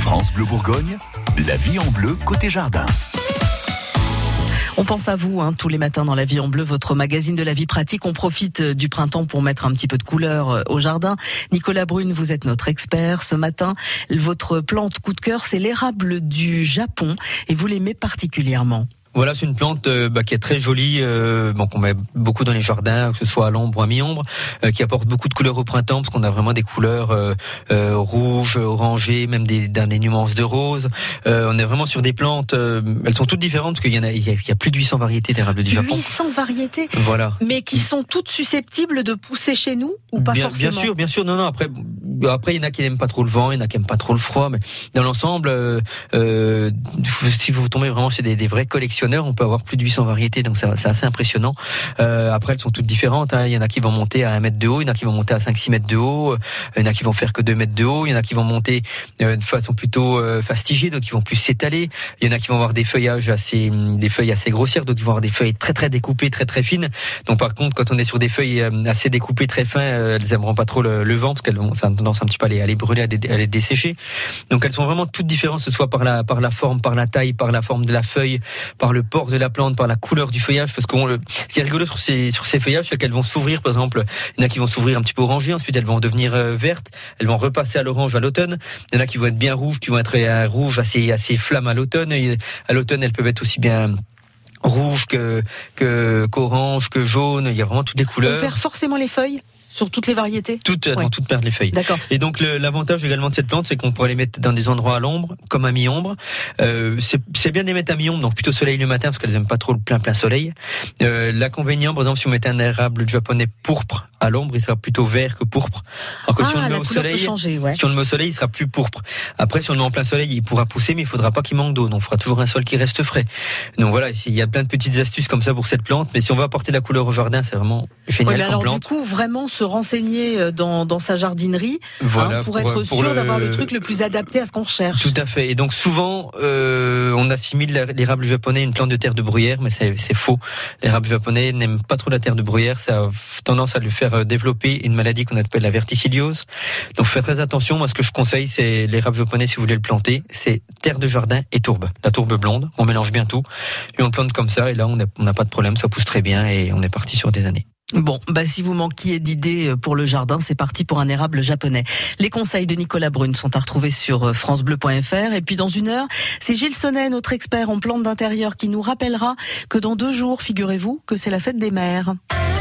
France Bleu Bourgogne, la vie en bleu côté jardin. On pense à vous tous les matins dans La Vie en Bleu, votre magazine de la vie pratique. On profite du printemps pour mettre un petit peu de couleur au jardin. Nicolas Brune, vous êtes notre expert ce matin. Votre plante coup de cœur, c'est l'érable du Japon et vous l'aimez particulièrement. Voilà, c'est une plante qui est très jolie, qu'on met beaucoup dans les jardins, que ce soit à l'ombre ou à mi-ombre, qui apporte beaucoup de couleurs au printemps, parce qu'on a vraiment des couleurs rouges, orangées, même des nuances de rose. On est vraiment sur des plantes, elles sont toutes différentes, parce qu'il y a plus de 800 variétés d'érable du Japon. 800 variétés. Voilà. Mais qui sont toutes susceptibles de pousser chez nous ou pas forcément? Bien sûr. Non. Après, il y en a qui n'aiment pas trop le vent, il y en a qui n'aiment pas trop le froid, mais dans l'ensemble, si vous tombez vraiment chez des vrais collectionneurs, on peut avoir plus de 800 variétés, donc c'est assez impressionnant. Après, elles sont toutes différentes. Il y en a qui vont monter à 1 mètre de haut, il y en a qui vont monter à 5-6 mètres de haut, il y en a qui vont faire que 2 mètres de haut, il y en a qui vont monter de façon plutôt fastigée, d'autres qui vont plus s'étaler. Il y en a qui vont avoir des feuilles assez grossières, d'autres qui vont avoir des feuilles très très découpées, très très fines. Donc par contre, quand on est sur des feuilles assez découpées, très fins, elles aimeront pas trop le vent, parce ça a tendance un petit peu à les brûler, à les dessécher. Donc elles sont vraiment toutes différentes, que ce soit par la forme, par la taille, par la forme de la feuille, par le port de la plante, par la couleur du feuillage, parce que ce qui est rigolo sur ces feuillages, c'est qu'elles vont s'ouvrir. Par exemple, il y en a qui vont s'ouvrir un petit peu orangées, ensuite elles vont devenir vertes, elles vont repasser à l'orange à l'automne. Il y en a qui vont être bien rouges, qui vont être un rouge assez flamme à l'automne. Et à l'automne, elles peuvent être aussi bien rouges qu'orange, que jaune. Il y a vraiment toutes les couleurs. On perd forcément les feuilles sur toutes les variétés? Dans toutes perdent les feuilles. D'accord. Et donc l'avantage également de cette plante, c'est qu'on pourrait les mettre dans des endroits à l'ombre, comme à mi-ombre. C'est bien de les mettre à mi-ombre, donc plutôt soleil le matin, parce qu'elles aiment pas trop le plein soleil. L'inconvénient, par exemple, si on mettait un érable japonais pourpre à l'ombre, il sera plutôt vert que pourpre. Alors que si on le met au soleil, si on le met au soleil, il sera plus pourpre. Après, si on le met en plein soleil, il pourra pousser, mais il faudra pas qu'il manque d'eau. Donc, on fera toujours un sol qui reste frais. Donc voilà, il y a plein de petites astuces comme ça pour cette plante. Mais si on veut apporter la couleur au jardin, c'est vraiment génial comme alors, plante. Du coup, vraiment se renseigner dans sa jardinerie, pour être sûr d'avoir le truc le plus adapté à ce qu'on recherche. Tout à fait. Et donc souvent, on assimile l'érable japonais à une plante de terre de bruyère, mais c'est faux. L'érable japonais n'aime pas trop la terre de bruyère. Ça a tendance à lui faire développer une maladie qu'on appelle la verticilliose. Donc faites très attention. Moi, ce que je conseille, c'est l'érable japonais, si vous voulez le planter, c'est terre de jardin et tourbe. La tourbe blonde, on mélange bien tout et on le plante comme ça. Et là, on n'a pas de problème, ça pousse très bien et on est parti sur des années. Bon, si vous manquiez d'idées pour le jardin, c'est parti pour un érable japonais. Les conseils de Nicolas Brune sont à retrouver sur francebleu.fr. Et puis dans 1 heure, c'est Gilles Sonnet, notre expert en plantes d'intérieur, qui nous rappellera que dans 2 jours, figurez-vous que c'est la fête des mères.